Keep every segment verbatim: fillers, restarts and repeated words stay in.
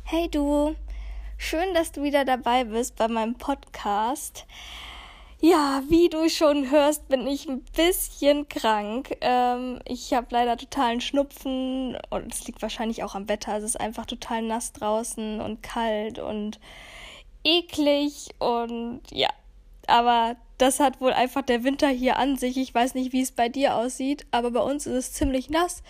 Hey du, schön, dass du wieder dabei bist bei meinem Podcast. Ja, wie du schon hörst, bin ich ein bisschen krank. Ähm, ich habe leider totalen Schnupfen und es liegt wahrscheinlich auch am Wetter. Es ist einfach total nass draußen und kalt und eklig und ja, aber das hat wohl einfach der Winter hier an sich. Ich weiß nicht, wie es bei dir aussieht, aber bei uns ist es ziemlich nass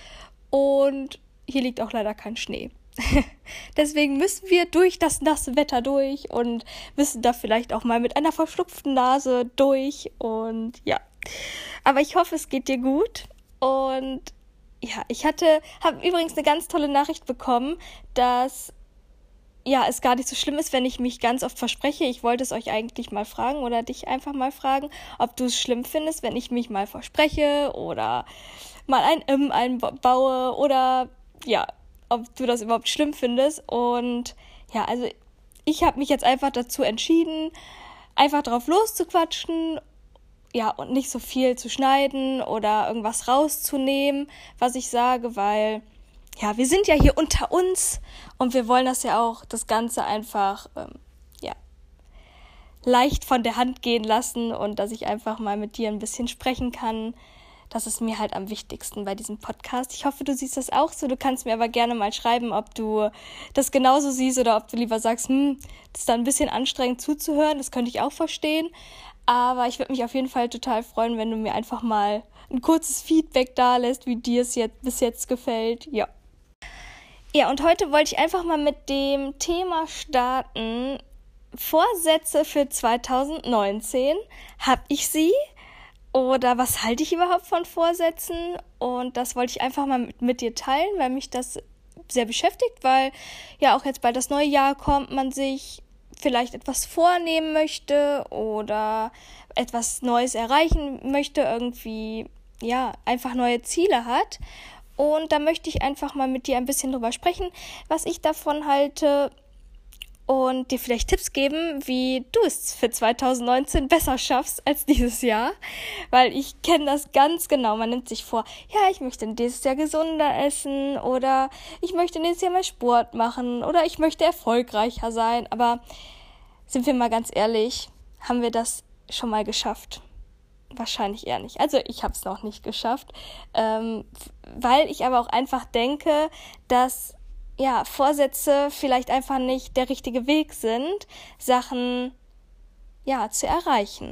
und hier liegt auch leider kein Schnee. Deswegen müssen wir durch das nasse Wetter durch und müssen da vielleicht auch mal mit einer verschnupften Nase durch und ja. Aber ich hoffe, es geht dir gut und ja, ich hatte, habe übrigens eine ganz tolle Nachricht bekommen, dass ja, es gar nicht so schlimm ist, wenn ich mich ganz oft verspreche. Ich wollte es euch eigentlich mal fragen oder dich einfach mal fragen, ob du es schlimm findest, wenn ich mich mal verspreche oder mal ein M einbaue oder ja, ob du das überhaupt schlimm findest. Und ja, also ich habe mich jetzt einfach dazu entschieden, einfach drauf loszuquatschen, ja, und nicht so viel zu schneiden oder irgendwas rauszunehmen, was ich sage, weil ja, wir sind ja hier unter uns und wir wollen das ja auch, das Ganze einfach, ähm, ja, leicht von der Hand gehen lassen und dass ich einfach mal mit dir ein bisschen sprechen kann. Das ist mir halt am wichtigsten bei diesem Podcast. Ich hoffe, du siehst das auch so. Du kannst mir aber gerne mal schreiben, ob du das genauso siehst oder ob du lieber sagst, hm, das ist dann ein bisschen anstrengend zuzuhören. Das könnte ich auch verstehen. Aber ich würde mich auf jeden Fall total freuen, wenn du mir einfach mal ein kurzes Feedback da lässt, wie dir es jetzt bis jetzt gefällt. Ja. Ja, und heute wollte ich einfach mal mit dem Thema starten. Vorsätze für zwanzig neunzehn. Hab ich sie? Oder was halte ich überhaupt von Vorsätzen? Und das wollte ich einfach mal mit, mit dir teilen, weil mich das sehr beschäftigt, weil ja auch jetzt bald das neue Jahr kommt, man sich vielleicht etwas vornehmen möchte oder etwas Neues erreichen möchte, irgendwie ja einfach neue Ziele hat. Und da möchte ich einfach mal mit dir ein bisschen drüber sprechen, was ich davon halte und dir vielleicht Tipps geben, wie du es für zwanzig neunzehn besser schaffst als dieses Jahr, weil ich kenne das ganz genau. Man nimmt sich vor, ja, ich möchte dieses Jahr gesunder essen oder ich möchte nächstes Jahr mehr Sport machen oder ich möchte erfolgreicher sein, aber sind wir mal ganz ehrlich, haben wir das schon mal geschafft? Wahrscheinlich eher nicht. Also ich habe es noch nicht geschafft, ähm, weil ich aber auch einfach denke, dass ja, Vorsätze vielleicht einfach nicht der richtige Weg sind, Sachen ja zu erreichen.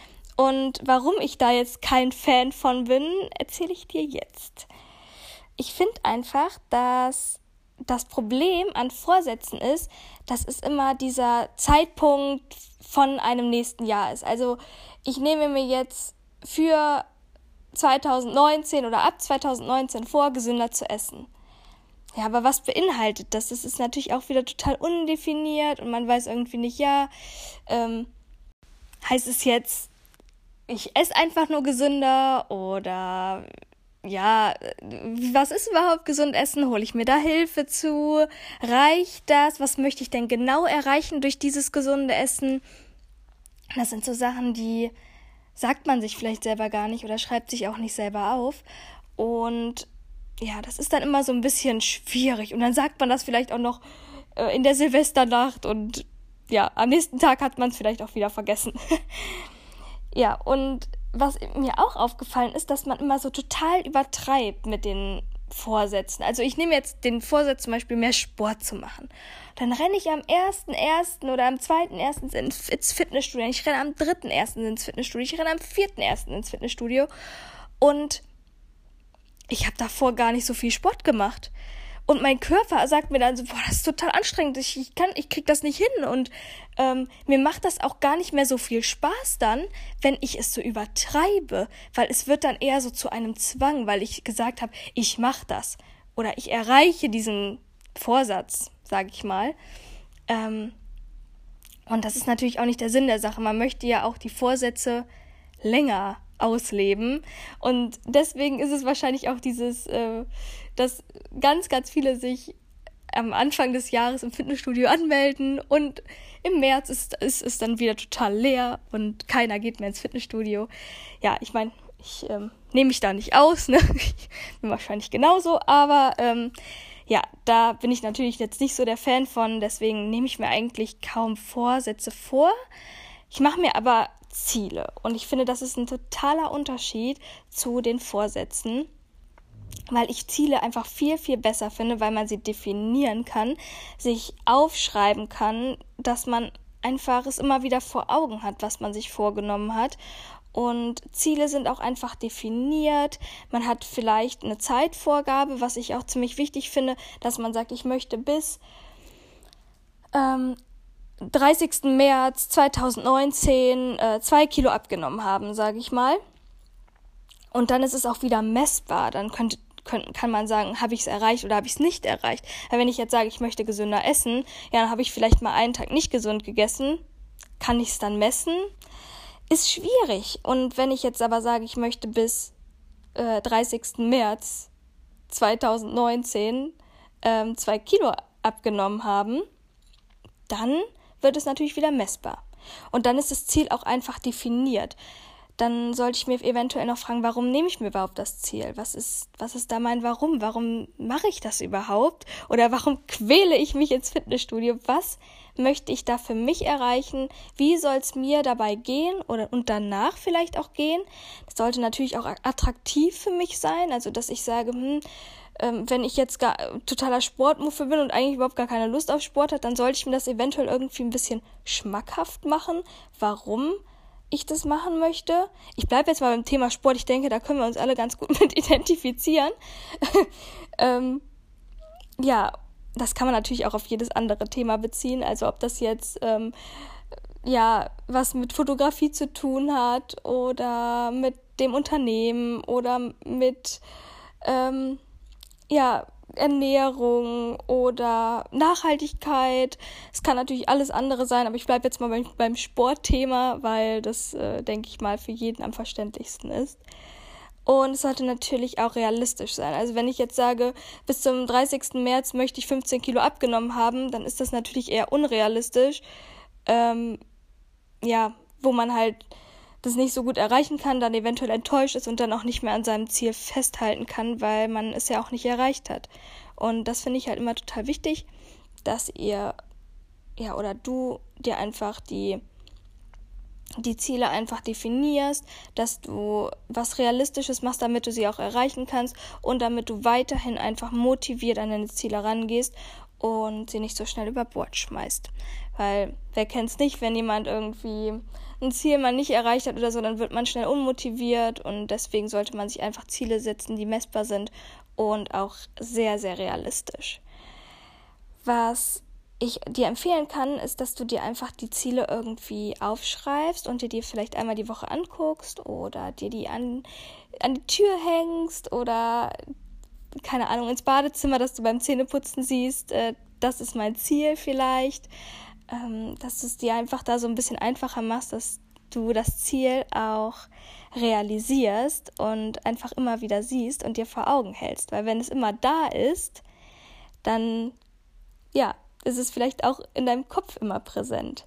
Und warum ich da jetzt kein Fan von bin, erzähle ich dir jetzt. Ich finde einfach, dass das Problem an Vorsätzen ist, dass es immer dieser Zeitpunkt von einem nächsten Jahr ist. Also ich nehme mir jetzt für zwanzig neunzehn oder ab zwanzig neunzehn vor, gesünder zu essen. Ja, aber was beinhaltet das? Das ist natürlich auch wieder total undefiniert und man weiß irgendwie nicht, ja, ähm, heißt es jetzt, ich esse einfach nur gesünder oder ja, was ist überhaupt gesund essen? Hole ich mir da Hilfe zu? Reicht das? Was möchte ich denn genau erreichen durch dieses gesunde Essen? Das sind so Sachen, die sagt man sich vielleicht selber gar nicht oder schreibt sich auch nicht selber auf und ja, das ist dann immer so ein bisschen schwierig. Und dann sagt man das vielleicht auch noch äh, in der Silvesternacht und ja, am nächsten Tag hat man es vielleicht auch wieder vergessen. Ja, und was mir auch aufgefallen ist, dass man immer so total übertreibt mit den Vorsätzen. Also ich nehme jetzt den Vorsatz zum Beispiel, mehr Sport zu machen. Dann renne ich am ersten ersten oder am zweiten ersten ins Fitnessstudio. Ich renne am dritten ersten ins Fitnessstudio. Ich renne am vierten ersten ins Fitnessstudio. Und ich habe davor gar nicht so viel Sport gemacht. Und mein Körper sagt mir dann so, boah, das ist total anstrengend, ich, ich, kann, ich krieg das nicht hin. Und ähm, mir macht das auch gar nicht mehr so viel Spaß dann, wenn ich es so übertreibe. Weil es wird dann eher so zu einem Zwang, weil ich gesagt habe, ich mache das. Oder ich erreiche diesen Vorsatz, sage ich mal. Ähm, und das ist natürlich auch nicht der Sinn der Sache. Man möchte ja auch die Vorsätze länger ausleben und deswegen ist es wahrscheinlich auch dieses, äh, dass ganz, ganz viele sich am Anfang des Jahres im Fitnessstudio anmelden und im März ist, ist es dann wieder total leer und keiner geht mehr ins Fitnessstudio. Ja, ich meine, ich ähm, nehme mich da nicht aus, ne? Ich bin wahrscheinlich genauso, aber ähm, ja, da bin ich natürlich jetzt nicht so der Fan von, deswegen nehme ich mir eigentlich kaum Vorsätze vor. Ich mache mir aber Ziele und ich finde, das ist ein totaler Unterschied zu den Vorsätzen, weil ich Ziele einfach viel, viel besser finde, weil man sie definieren kann, sich aufschreiben kann, dass man einfach es immer wieder vor Augen hat, was man sich vorgenommen hat. Und Ziele sind auch einfach definiert. Man hat vielleicht eine Zeitvorgabe, was ich auch ziemlich wichtig finde, dass man sagt, ich möchte bis ähm, dreißigsten März zweitausendneunzehn äh, zwei Kilo abgenommen haben, sage ich mal. Und dann ist es auch wieder messbar. Dann könnte, könnt, kann man sagen, habe ich es erreicht oder habe ich es nicht erreicht. Weil wenn ich jetzt sage, ich möchte gesünder essen, ja, dann habe ich vielleicht mal einen Tag nicht gesund gegessen. Kann ich es dann messen? Ist schwierig. Und wenn ich jetzt aber sage, ich möchte bis äh, dreißigsten März zweitausendneunzehn ähm, zwei Kilo abgenommen haben, dann wird es natürlich wieder messbar. Und dann ist das Ziel auch einfach definiert. Dann sollte ich mir eventuell noch fragen, warum nehme ich mir überhaupt das Ziel? Was ist, was ist da mein Warum? Warum mache ich das überhaupt? Oder warum quäle ich mich ins Fitnessstudio? Was möchte ich da für mich erreichen? Wie soll es mir dabei gehen oder und danach vielleicht auch gehen? Das sollte natürlich auch attraktiv für mich sein, also dass ich sage, hm, ähm, wenn ich jetzt gar totaler Sportmuffe bin und eigentlich überhaupt gar keine Lust auf Sport habe, dann sollte ich mir das eventuell irgendwie ein bisschen schmackhaft machen, warum ich das machen möchte. Ich bleibe jetzt mal beim Thema Sport. Ich denke, da können wir uns alle ganz gut mit identifizieren. ähm, ja, das kann man natürlich auch auf jedes andere Thema beziehen. Also ob das jetzt ähm, ja was mit Fotografie zu tun hat oder mit dem Unternehmen oder mit ähm, ja Ernährung oder Nachhaltigkeit. Es kann natürlich alles andere sein, aber ich bleibe jetzt mal beim, beim Sportthema, weil das, äh, denke ich mal, für jeden am verständlichsten ist. Und es sollte natürlich auch realistisch sein. Also wenn ich jetzt sage, bis zum dreißigsten März möchte ich fünfzehn Kilo abgenommen haben, dann ist das natürlich eher unrealistisch. Ähm, ja, wo man halt das nicht so gut erreichen kann, dann eventuell enttäuscht ist und dann auch nicht mehr an seinem Ziel festhalten kann, weil man es ja auch nicht erreicht hat. Und das finde ich halt immer total wichtig, dass ihr, ja, oder du dir einfach die, die Ziele einfach definierst, dass du was Realistisches machst, damit du sie auch erreichen kannst und damit du weiterhin einfach motiviert an deine Ziele rangehst und sie nicht so schnell über Bord schmeißt. Weil, wer kennt's nicht, wenn jemand irgendwie ein Ziel mal nicht erreicht hat oder so, dann wird man schnell unmotiviert und deswegen sollte man sich einfach Ziele setzen, die messbar sind und auch sehr, sehr realistisch. Was ich dir empfehlen kann, ist, dass du dir einfach die Ziele irgendwie aufschreibst und dir die vielleicht einmal die Woche anguckst oder dir die an, an die Tür hängst oder, keine Ahnung, ins Badezimmer, dass du beim Zähneputzen siehst, äh, das ist mein Ziel vielleicht. Dass du es dir einfach da so ein bisschen einfacher machst, dass du das Ziel auch realisierst und einfach immer wieder siehst und dir vor Augen hältst. Weil wenn es immer da ist, dann ja, ist es vielleicht auch in deinem Kopf immer präsent.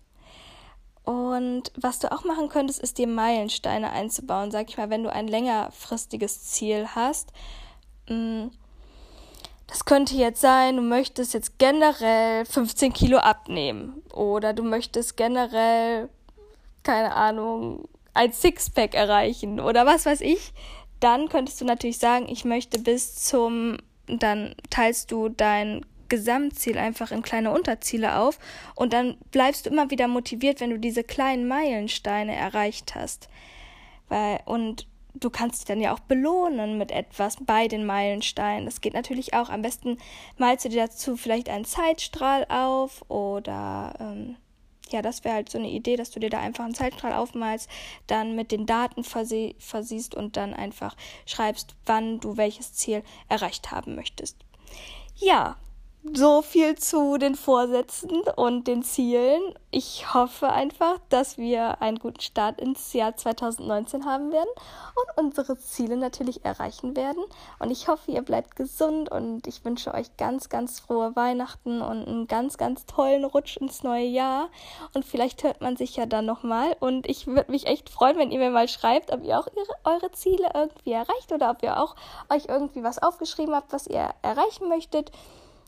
Und was du auch machen könntest, ist dir Meilensteine einzubauen. Sag ich mal, wenn du ein längerfristiges Ziel hast, mh, das könnte jetzt sein, du möchtest jetzt generell fünfzehn Kilo abnehmen oder du möchtest generell, keine Ahnung, ein Sixpack erreichen oder was weiß ich. Dann könntest du natürlich sagen, ich möchte bis zum, dann teilst du dein Gesamtziel einfach in kleine Unterziele auf und dann bleibst du immer wieder motiviert, wenn du diese kleinen Meilensteine erreicht hast. Weil, und du kannst dich dann ja auch belohnen mit etwas bei den Meilensteinen. Das geht natürlich auch. Am besten malst du dir dazu vielleicht einen Zeitstrahl auf oder ähm, ja, das wäre halt so eine Idee, dass du dir da einfach einen Zeitstrahl aufmalst, dann mit den Daten versie- versiehst und dann einfach schreibst, wann du welches Ziel erreicht haben möchtest. Ja, so viel zu den Vorsätzen und den Zielen. Ich hoffe einfach, dass wir einen guten Start ins Jahr zweitausendneunzehn haben werden und unsere Ziele natürlich erreichen werden. Und ich hoffe, ihr bleibt gesund und ich wünsche euch ganz, ganz frohe Weihnachten und einen ganz, ganz tollen Rutsch ins neue Jahr. Und vielleicht hört man sich ja dann nochmal. Und ich würde mich echt freuen, wenn ihr mir mal schreibt, ob ihr auch ihre, eure Ziele irgendwie erreicht oder ob ihr auch euch irgendwie was aufgeschrieben habt, was ihr erreichen möchtet.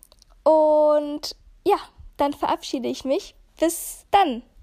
Und ja, dann verabschiede ich mich. Bis dann.